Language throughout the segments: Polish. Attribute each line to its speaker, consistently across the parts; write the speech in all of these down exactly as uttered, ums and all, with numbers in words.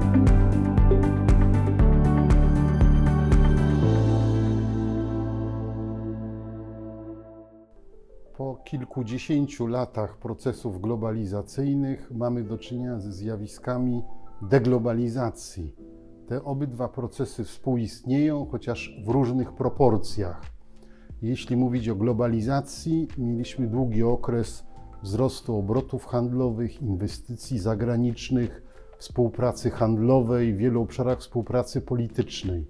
Speaker 1: Po kilkudziesięciu latach procesów globalizacyjnych mamy do czynienia ze zjawiskami deglobalizacji. Te obydwa procesy współistnieją, chociaż w różnych proporcjach. Jeśli mówić o globalizacji, mieliśmy długi okres wzrostu obrotów handlowych, inwestycji zagranicznych, współpracy handlowej, w wielu obszarach współpracy politycznej.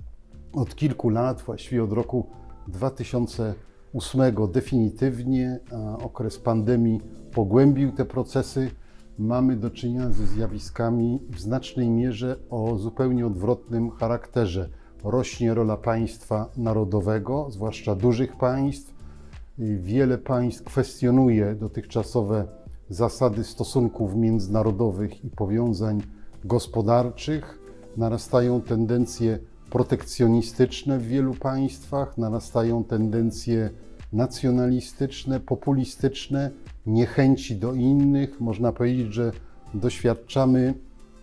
Speaker 1: Od kilku lat, właściwie od roku dwa tysiące ósmego definitywnie, a okres pandemii pogłębił te procesy, mamy do czynienia ze zjawiskami w znacznej mierze o zupełnie odwrotnym charakterze. Rośnie rola państwa narodowego, zwłaszcza dużych państw. Wiele państw kwestionuje dotychczasowe zasady stosunków międzynarodowych i powiązań gospodarczych. Narastają tendencje protekcjonistyczne w wielu państwach, narastają tendencje nacjonalistyczne, populistyczne, niechęci do innych. Można powiedzieć, że doświadczamy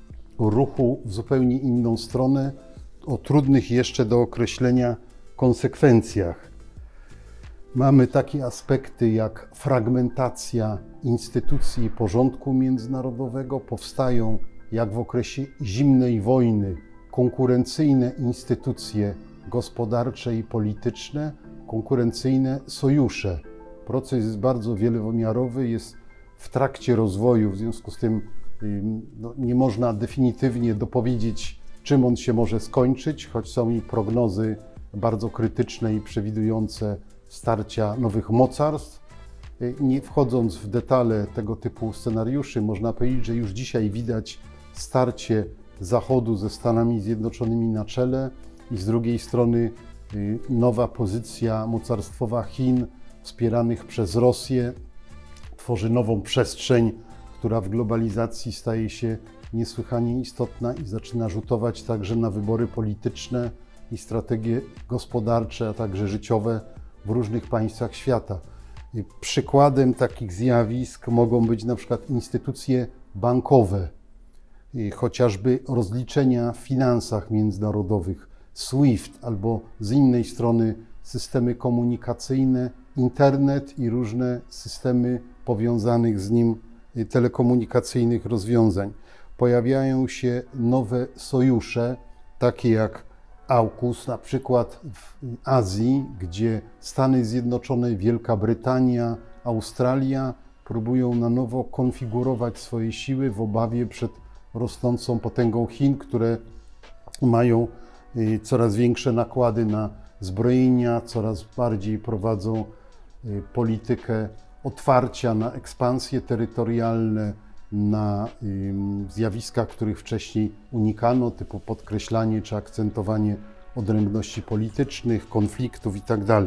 Speaker 1: ruchu w zupełnie inną stronę, o trudnych jeszcze do określenia konsekwencjach. Mamy takie aspekty jak fragmentacja instytucji i porządku międzynarodowego. Powstają, jak w okresie zimnej wojny, konkurencyjne instytucje gospodarcze i polityczne, konkurencyjne sojusze. Proces jest bardzo wielowymiarowy, jest w trakcie rozwoju, w związku z tym no, nie można definitywnie dopowiedzieć, czym on się może skończyć, choć są i prognozy bardzo krytyczne i przewidujące starcia nowych mocarstw. Nie wchodząc w detale tego typu scenariuszy, można powiedzieć, że już dzisiaj widać starcie Zachodu ze Stanami Zjednoczonymi na czele i z drugiej strony nowa pozycja mocarstwowa Chin wspieranych przez Rosję tworzy nową przestrzeń, która w globalizacji staje się niesłychanie istotna i zaczyna rzutować także na wybory polityczne i strategie gospodarcze, a także życiowe w różnych państwach świata. Przykładem takich zjawisk mogą być na przykład instytucje bankowe, chociażby rozliczenia w finansach międzynarodowych, SWIFT, albo z innej strony systemy komunikacyjne, internet i różne systemy powiązanych z nim telekomunikacyjnych rozwiązań. Pojawiają się nowe sojusze, takie jak AUKUS, na przykład w Azji, gdzie Stany Zjednoczone, Wielka Brytania, Australia próbują na nowo konfigurować swoje siły w obawie przed rosnącą potęgą Chin, które mają coraz większe nakłady na zbrojenia, coraz bardziej prowadzą politykę otwarcia na ekspansje terytorialne, na zjawiska, których wcześniej unikano, typu podkreślanie czy akcentowanie odrębności politycznych, konfliktów itd.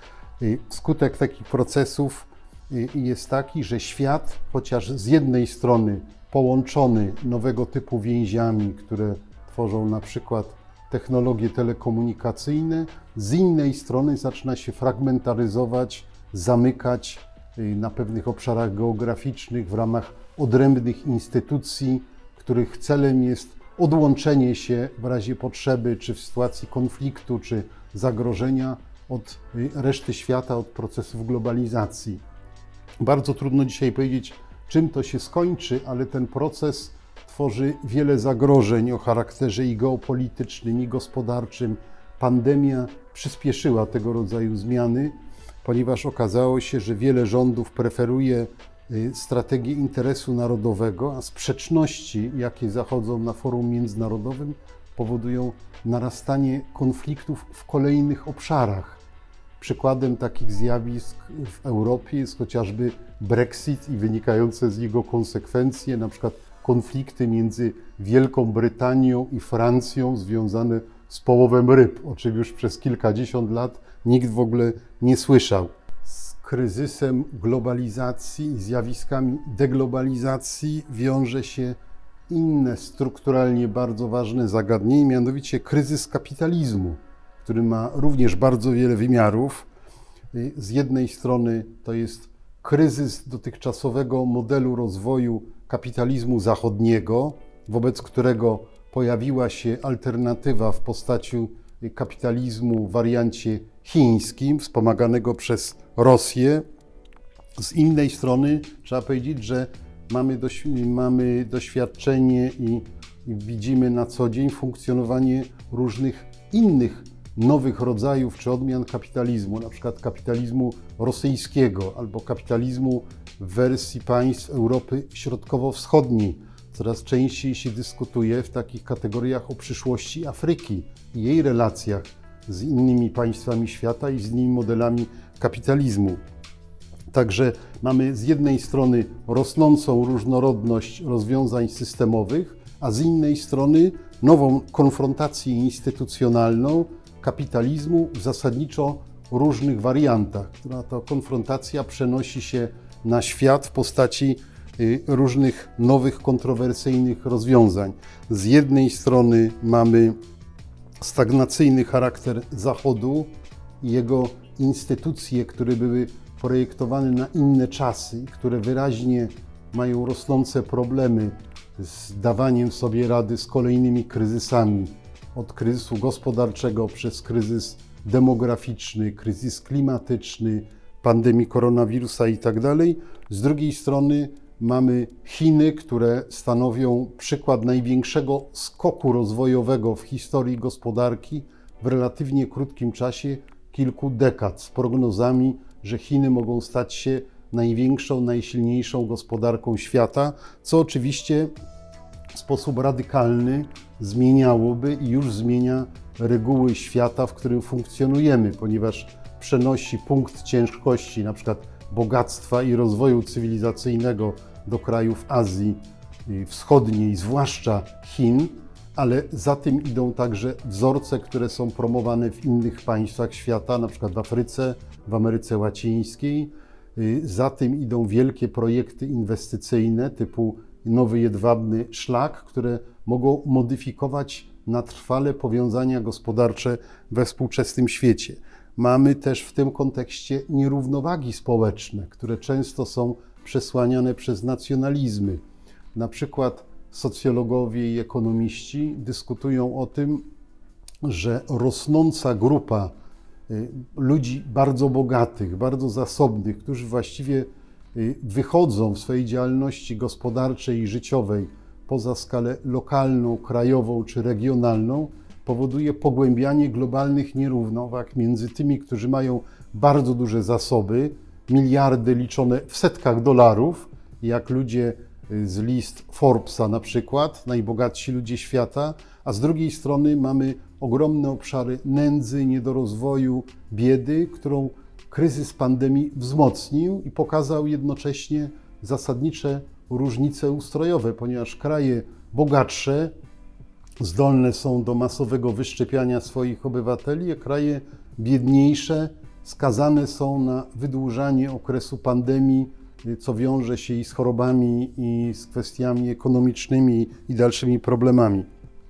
Speaker 1: Skutek takich procesów jest taki, że świat, chociaż z jednej strony połączony nowego typu więziami, które tworzą na przykład technologie telekomunikacyjne, z innej strony zaczyna się fragmentaryzować, zamykać na pewnych obszarach geograficznych w ramach odrębnych instytucji, których celem jest odłączenie się w razie potrzeby, czy w sytuacji konfliktu, czy zagrożenia od reszty świata, od procesów globalizacji. Bardzo trudno dzisiaj powiedzieć, czym to się skończy, ale ten proces tworzy wiele zagrożeń o charakterze i geopolitycznym, i gospodarczym. Pandemia przyspieszyła tego rodzaju zmiany, ponieważ okazało się, że wiele rządów preferuje strategię interesu narodowego, a sprzeczności, jakie zachodzą na forum międzynarodowym, powodują narastanie konfliktów w kolejnych obszarach. Przykładem takich zjawisk w Europie jest chociażby Brexit i wynikające z niego konsekwencje, na przykład konflikty między Wielką Brytanią i Francją związane z połowem ryb, o czym już przez kilkadziesiąt lat nikt w ogóle nie słyszał. Z kryzysem globalizacji i zjawiskami deglobalizacji wiąże się inne strukturalnie bardzo ważne zagadnienie, mianowicie kryzys kapitalizmu, który ma również bardzo wiele wymiarów. Z jednej strony to jest kryzys dotychczasowego modelu rozwoju kapitalizmu zachodniego, wobec którego pojawiła się alternatywa w postaci kapitalizmu w wariancie chińskim, wspomaganego przez Rosję. Z innej strony trzeba powiedzieć, że mamy, dość, mamy doświadczenie i, i widzimy na co dzień funkcjonowanie różnych innych nowych rodzajów czy odmian kapitalizmu, na przykład kapitalizmu rosyjskiego albo kapitalizmu w wersji państw Europy Środkowo-Wschodniej. Coraz częściej się dyskutuje w takich kategoriach o przyszłości Afryki i jej relacjach z innymi państwami świata i z innymi modelami kapitalizmu. Także mamy z jednej strony rosnącą różnorodność rozwiązań systemowych, a z innej strony nową konfrontację instytucjonalną kapitalizmu w zasadniczo różnych wariantach, która to konfrontacja przenosi się na świat w postaci różnych nowych, kontrowersyjnych rozwiązań. Z jednej strony mamy stagnacyjny charakter Zachodu i jego instytucje, które były projektowane na inne czasy, które wyraźnie mają rosnące problemy z dawaniem sobie rady z kolejnymi kryzysami, od kryzysu gospodarczego przez kryzys demograficzny, kryzys klimatyczny, pandemii koronawirusa i tak dalej. Z drugiej strony mamy Chiny, które stanowią przykład największego skoku rozwojowego w historii gospodarki w relatywnie krótkim czasie kilku dekad, z prognozami, że Chiny mogą stać się największą, najsilniejszą gospodarką świata, co oczywiście w sposób radykalny zmieniałoby i już zmienia reguły świata, w którym funkcjonujemy, ponieważ przenosi punkt ciężkości, na przykład bogactwa i rozwoju cywilizacyjnego do krajów Azji Wschodniej, zwłaszcza Chin, ale za tym idą także wzorce, które są promowane w innych państwach świata, na przykład w Afryce, w Ameryce Łacińskiej. Za tym idą wielkie projekty inwestycyjne typu Nowy Jedwabny Szlak, które mogą modyfikować na trwale powiązania gospodarcze we współczesnym świecie. Mamy też w tym kontekście nierównowagi społeczne, które często są przesłaniane przez nacjonalizmy. Na przykład socjologowie i ekonomiści dyskutują o tym, że rosnąca grupa ludzi bardzo bogatych, bardzo zasobnych, którzy właściwie wychodzą w swojej działalności gospodarczej i życiowej poza skalę lokalną, krajową czy regionalną, powoduje pogłębianie globalnych nierównowag między tymi, którzy mają bardzo duże zasoby, miliardy liczone w setkach dolarów, jak ludzie z list Forbesa na przykład, najbogatsi ludzie świata, a z drugiej strony mamy ogromne obszary nędzy, niedorozwoju, biedy, którą kryzys pandemii wzmocnił i pokazał jednocześnie zasadnicze różnice ustrojowe, ponieważ kraje bogatsze zdolne są do masowego wyszczepiania swoich obywateli, a kraje biedniejsze skazane są na wydłużanie okresu pandemii, co wiąże się i z chorobami, i z kwestiami ekonomicznymi, i dalszymi problemami.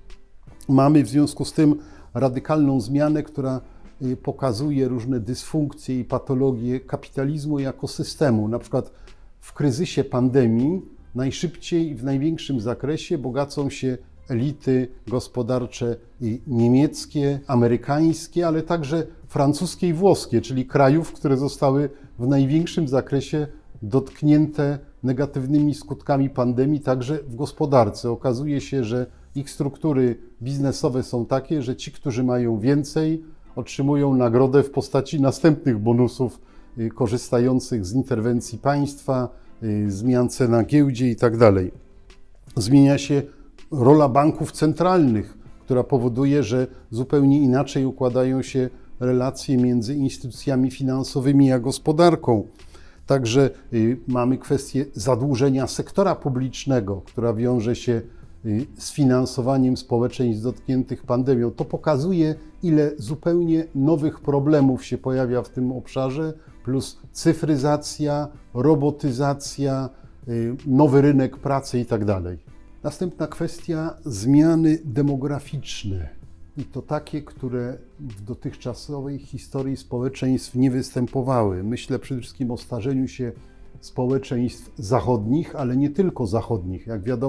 Speaker 1: Mamy w związku z tym radykalną zmianę, która pokazuje różne dysfunkcje i patologie kapitalizmu jako systemu. Na przykład w kryzysie pandemii najszybciej i w największym zakresie bogacą się elity gospodarcze i niemieckie, amerykańskie, ale także francuskie i włoskie, czyli krajów, które zostały w największym zakresie dotknięte negatywnymi skutkami pandemii, także w gospodarce. Okazuje się, że ich struktury biznesowe są takie, że ci, którzy mają więcej, otrzymują nagrodę w postaci następnych bonusów korzystających z interwencji państwa, zmian cen na giełdzie i tak dalej. Zmienia się rola banków centralnych, która powoduje, że zupełnie inaczej układają się relacje między instytucjami finansowymi a gospodarką. Także mamy kwestię zadłużenia sektora publicznego, która wiąże się z finansowaniem społeczeństw dotkniętych pandemią. To pokazuje, ile zupełnie nowych problemów się pojawia w tym obszarze, plus cyfryzacja, robotyzacja, nowy rynek pracy i tak dalej. Następna kwestia, zmiany demograficzne. I to takie, które w dotychczasowej historii społeczeństw nie występowały. Myślę przede wszystkim o starzeniu się społeczeństw zachodnich, ale nie tylko zachodnich. Jak wiadomo,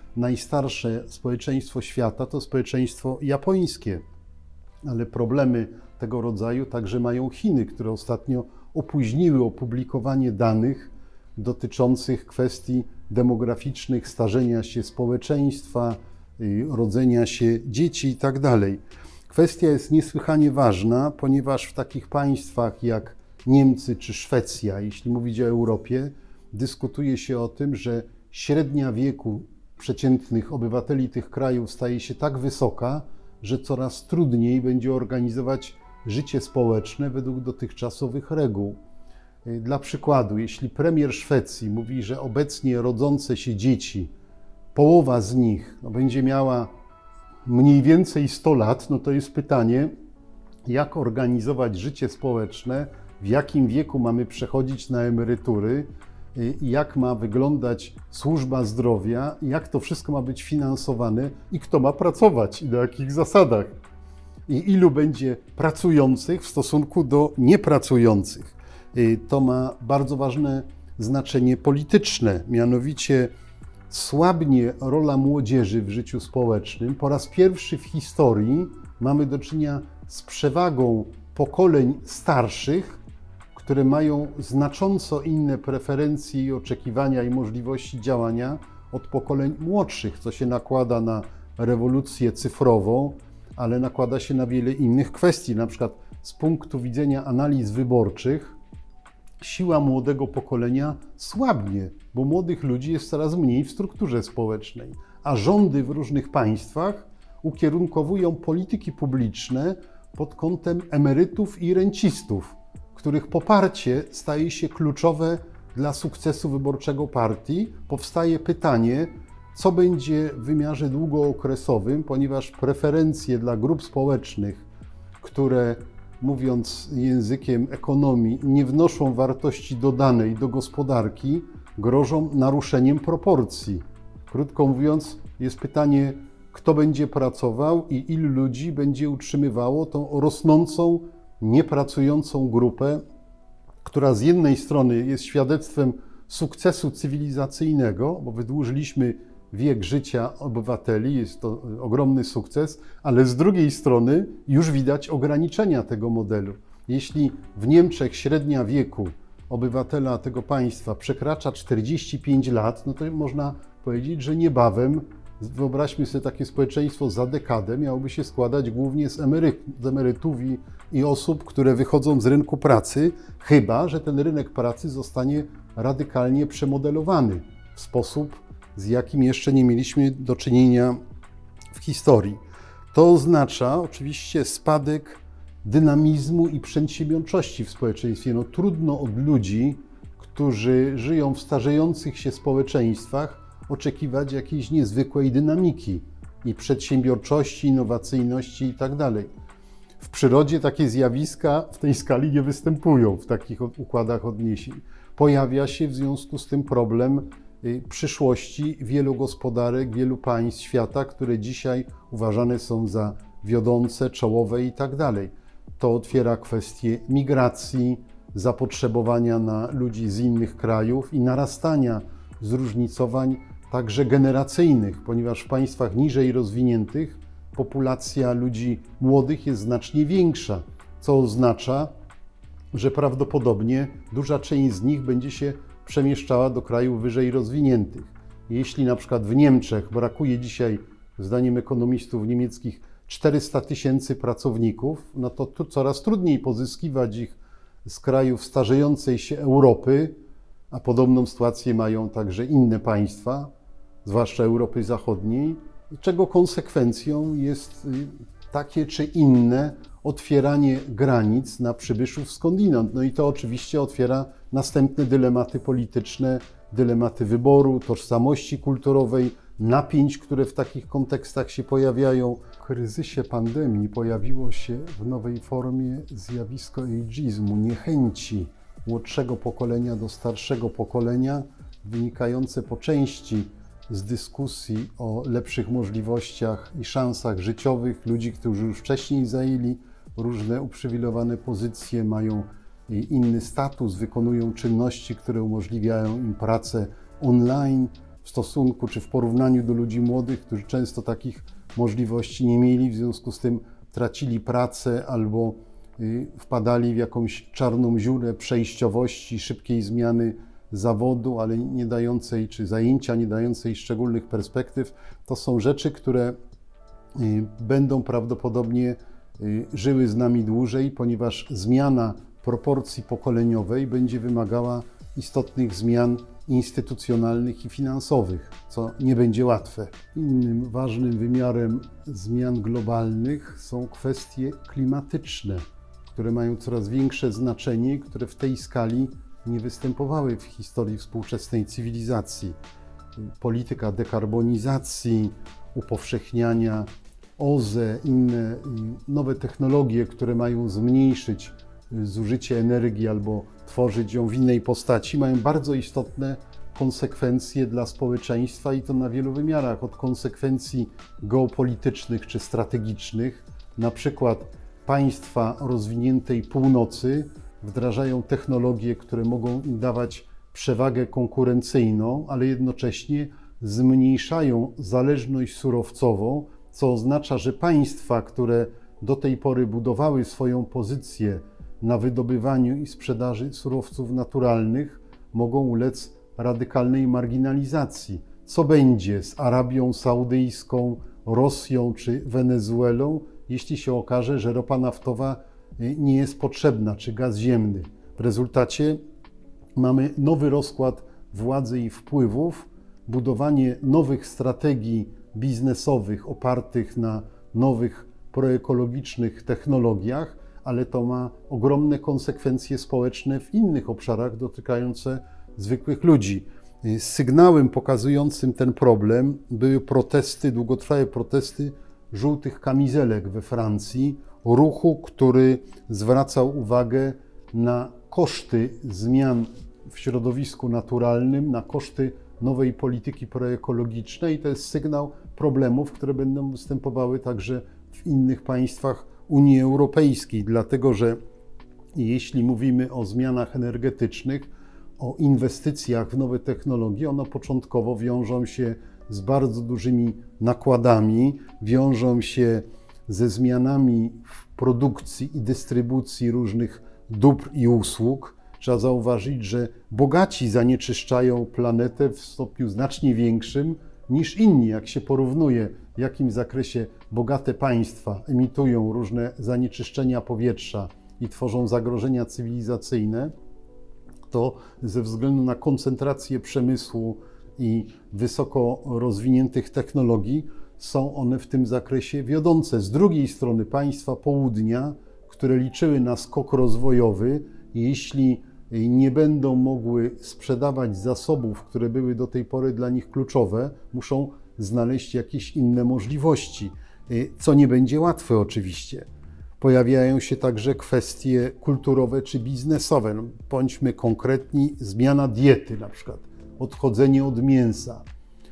Speaker 1: najstarsze społeczeństwo świata to społeczeństwo japońskie, ale problemy tego rodzaju także mają Chiny, które ostatnio opóźniły opublikowanie danych dotyczących kwestii demograficznych, starzenia się społeczeństwa, rodzenia się dzieci itd. Kwestia jest niesłychanie ważna, ponieważ w takich państwach jak Niemcy czy Szwecja, jeśli mówić o Europie, dyskutuje się o tym, że średnia wieku przeciętnych obywateli tych krajów staje się tak wysoka, że coraz trudniej będzie organizować życie społeczne według dotychczasowych reguł. Dla przykładu, jeśli premier Szwecji mówi, że obecnie rodzące się dzieci, połowa z nich no, będzie miała mniej więcej sto lat, no to jest pytanie, jak organizować życie społeczne, w jakim wieku mamy przechodzić na emerytury, jak ma wyglądać służba zdrowia, jak to wszystko ma być finansowane i kto ma pracować i na jakich zasadach. I ilu będzie pracujących w stosunku do niepracujących. To ma bardzo ważne znaczenie polityczne, mianowicie słabnie rola młodzieży w życiu społecznym. Po raz pierwszy w historii mamy do czynienia z przewagą pokoleń starszych, które mają znacząco inne preferencje i oczekiwania i możliwości działania od pokoleń młodszych, co się nakłada na rewolucję cyfrową, ale nakłada się na wiele innych kwestii. Na przykład z punktu widzenia analiz wyborczych siła młodego pokolenia słabnie, bo młodych ludzi jest coraz mniej w strukturze społecznej, a rządy w różnych państwach ukierunkowują polityki publiczne pod kątem emerytów i rencistów, których poparcie staje się kluczowe dla sukcesu wyborczego partii. Powstaje pytanie, co będzie w wymiarze długookresowym, ponieważ preferencje dla grup społecznych, które, mówiąc językiem ekonomii, nie wnoszą wartości dodanej do gospodarki, grożą naruszeniem proporcji. Krótko mówiąc, jest pytanie, kto będzie pracował i ilu ludzi będzie utrzymywało tą rosnącą, niepracującą grupę, która z jednej strony jest świadectwem sukcesu cywilizacyjnego, bo wydłużyliśmy wiek życia obywateli, jest to ogromny sukces, ale z drugiej strony już widać ograniczenia tego modelu. Jeśli w Niemczech średnia wieku obywatela tego państwa przekracza czterdzieści pięć lat, no to można powiedzieć, że niebawem, wyobraźmy sobie takie społeczeństwo za dekadę, miałoby się składać głównie z, emery, z emerytów i, i osób, które wychodzą z rynku pracy, chyba że ten rynek pracy zostanie radykalnie przemodelowany w sposób, z jakim jeszcze nie mieliśmy do czynienia w historii. To oznacza oczywiście spadek dynamizmu i przedsiębiorczości w społeczeństwie. No, trudno od ludzi, którzy żyją w starzejących się społeczeństwach, oczekiwać jakiejś niezwykłej dynamiki i przedsiębiorczości, innowacyjności itd. W przyrodzie takie zjawiska w tej skali nie występują, w takich układach odniesień. Pojawia się w związku z tym problem przyszłości wielu gospodarek, wielu państw świata, które dzisiaj uważane są za wiodące, czołowe itd. To otwiera kwestię migracji, zapotrzebowania na ludzi z innych krajów i narastania zróżnicowań także generacyjnych, ponieważ w państwach niżej rozwiniętych populacja ludzi młodych jest znacznie większa, co oznacza, że prawdopodobnie duża część z nich będzie się przemieszczała do krajów wyżej rozwiniętych. Jeśli na przykład w Niemczech brakuje dzisiaj, zdaniem ekonomistów niemieckich, czterysta tysięcy pracowników, no to tu coraz trudniej pozyskiwać ich z krajów starzejącej się Europy, a podobną sytuację mają także inne państwa, zwłaszcza Europy Zachodniej, czego konsekwencją jest takie czy inne otwieranie granic na przybyszów skądinąd. No i to oczywiście otwiera następne dylematy polityczne, dylematy wyboru, tożsamości kulturowej, napięć, które w takich kontekstach się pojawiają. W kryzysie pandemii pojawiło się w nowej formie zjawisko ageizmu, niechęci młodszego pokolenia do starszego pokolenia, wynikające po części z dyskusji o lepszych możliwościach i szansach życiowych ludzi, którzy już wcześniej zajęli różne uprzywilejowane pozycje, mają inny status, wykonują czynności, które umożliwiają im pracę online w w stosunku czy w porównaniu do ludzi młodych, którzy często takich możliwości nie mieli, w związku z tym tracili pracę albo wpadali w jakąś czarną dziurę przejściowości, szybkiej zmiany zawodu, ale nie dającej, czy zajęcia nie dającej szczególnych perspektyw. To są rzeczy, które będą prawdopodobnie żyły z nami dłużej, ponieważ zmiana proporcji pokoleniowej będzie wymagała istotnych zmian instytucjonalnych i finansowych, co nie będzie łatwe. Innym ważnym wymiarem zmian globalnych są kwestie klimatyczne, które mają coraz większe znaczenie, które w tej skali nie występowały w historii współczesnej cywilizacji. Polityka dekarbonizacji, upowszechniania O Z E, inne nowe technologie, które mają zmniejszyć zużycie energii albo tworzyć ją w innej postaci, mają bardzo istotne konsekwencje dla społeczeństwa i to na wielu wymiarach, od konsekwencji geopolitycznych czy strategicznych. Na przykład państwa rozwiniętej północy wdrażają technologie, które mogą im dawać przewagę konkurencyjną, ale jednocześnie zmniejszają zależność surowcową, co oznacza, że państwa, które do tej pory budowały swoją pozycję na wydobywaniu i sprzedaży surowców naturalnych, mogą ulec radykalnej marginalizacji. Co będzie z Arabią Saudyjską, Rosją czy Wenezuelą, jeśli się okaże, że ropa naftowa nie jest potrzebna, czy gaz ziemny? W rezultacie mamy nowy rozkład władzy i wpływów, budowanie nowych strategii biznesowych opartych na nowych proekologicznych technologiach, ale to ma ogromne konsekwencje społeczne w innych obszarach dotykające zwykłych ludzi. Sygnałem pokazującym ten problem były protesty, długotrwałe protesty żółtych kamizelek we Francji, ruchu, który zwracał uwagę na koszty zmian w środowisku naturalnym, na koszty nowej polityki proekologicznej. To jest sygnał problemów, które będą występowały także w innych państwach Unii Europejskiej, dlatego że jeśli mówimy o zmianach energetycznych, o inwestycjach w nowe technologie, one początkowo wiążą się z bardzo dużymi nakładami, wiążą się ze zmianami w produkcji i dystrybucji różnych dóbr i usług. Trzeba zauważyć, że bogaci zanieczyszczają planetę w stopniu znacznie większym niż inni. Jak się porównuje, w jakim zakresie bogate państwa emitują różne zanieczyszczenia powietrza i tworzą zagrożenia cywilizacyjne, to ze względu na koncentrację przemysłu i wysoko rozwiniętych technologii są one w tym zakresie wiodące. Z drugiej strony państwa południa, które liczyły na skok rozwojowy, jeśli nie będą mogły sprzedawać zasobów, które były do tej pory dla nich kluczowe, muszą znaleźć jakieś inne możliwości, co nie będzie łatwe oczywiście. Pojawiają się także kwestie kulturowe czy biznesowe. No, bądźmy konkretni, zmiana diety na przykład, odchodzenie od mięsa,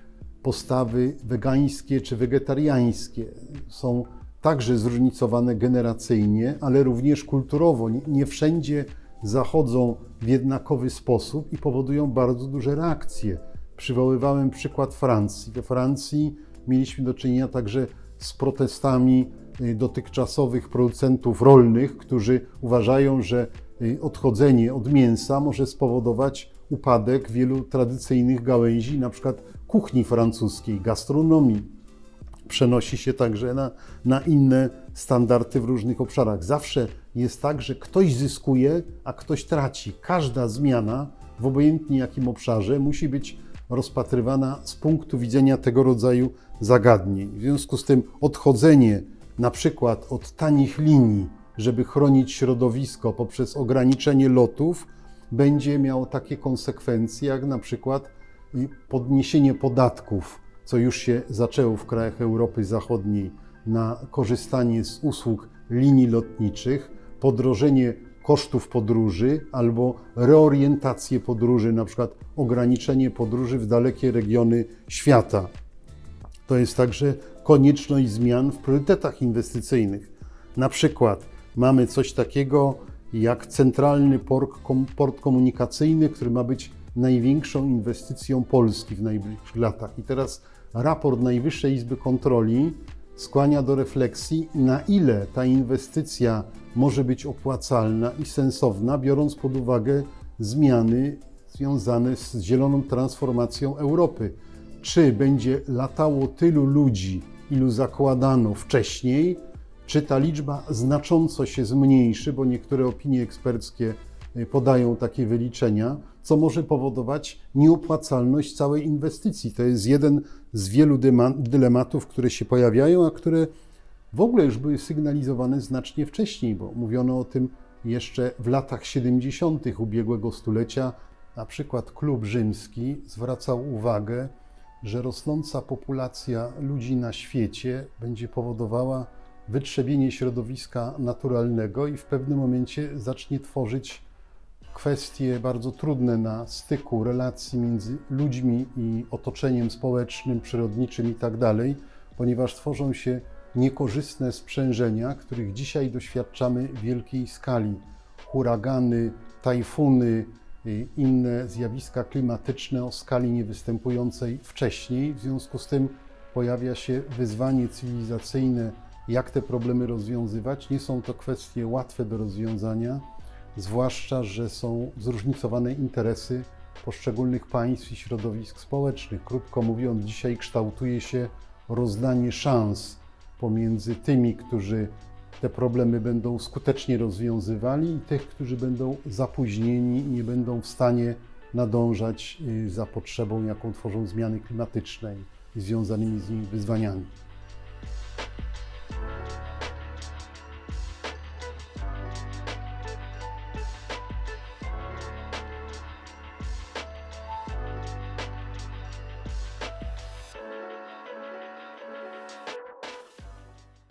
Speaker 1: postawy wegańskie czy wegetariańskie są także zróżnicowane generacyjnie, ale również kulturowo. Nie, nie wszędzie zachodzą w jednakowy sposób i powodują bardzo duże reakcje. Przywoływałem przykład Francji. We Francji mieliśmy do czynienia także z protestami dotychczasowych producentów rolnych, którzy uważają, że odchodzenie od mięsa może spowodować upadek wielu tradycyjnych gałęzi, na przykład kuchni francuskiej, gastronomii. Przenosi się także na, na inne standardy w różnych obszarach. Zawsze jest tak, że ktoś zyskuje, a ktoś traci. Każda zmiana w obojętnie jakim obszarze musi być rozpatrywana z punktu widzenia tego rodzaju zagadnień. W związku z tym odchodzenie na przykład od tanich linii, żeby chronić środowisko poprzez ograniczenie lotów, będzie miało takie konsekwencje jak na przykład podniesienie podatków, co już się zaczęło w krajach Europy Zachodniej, na korzystanie z usług linii lotniczych, podrożenie kosztów podróży albo reorientację podróży, na przykład ograniczenie podróży w dalekie regiony świata. To jest także konieczność zmian w priorytetach inwestycyjnych. Na przykład mamy coś takiego jak centralny port, port komunikacyjny, który ma być największą inwestycją Polski w najbliższych latach. I teraz raport Najwyższej Izby Kontroli skłania do refleksji, na ile ta inwestycja może być opłacalna i sensowna, biorąc pod uwagę zmiany związane z zieloną transformacją Europy. Czy będzie latało tylu ludzi, ilu zakładano wcześniej, czy ta liczba znacząco się zmniejszy, bo niektóre opinie eksperckie podają takie wyliczenia, co może powodować nieopłacalność całej inwestycji. To jest jeden z wielu dylematów, które się pojawiają, a które w ogóle już były sygnalizowane znacznie wcześniej, bo mówiono o tym jeszcze w latach siedemdziesiątych ubiegłego stulecia. Na przykład Klub Rzymski zwracał uwagę, że rosnąca populacja ludzi na świecie będzie powodowała wytrzebienie środowiska naturalnego i w pewnym momencie zacznie tworzyć kwestie bardzo trudne na styku relacji między ludźmi i otoczeniem społecznym, przyrodniczym i tak dalej, ponieważ tworzą się niekorzystne sprzężenia, których dzisiaj doświadczamy w wielkiej skali. Huragany, tajfuny, inne zjawiska klimatyczne o skali niewystępującej wcześniej. W związku z tym pojawia się wyzwanie cywilizacyjne, jak te problemy rozwiązywać. Nie są to kwestie łatwe do rozwiązania, zwłaszcza że są zróżnicowane interesy poszczególnych państw i środowisk społecznych. Krótko mówiąc, dzisiaj kształtuje się rozdanie szans pomiędzy tymi, którzy te problemy będą skutecznie rozwiązywali, i tych, którzy będą zapóźnieni i nie będą w stanie nadążać za potrzebą, jaką tworzą zmiany klimatyczne i związanymi z nimi wyzwaniami.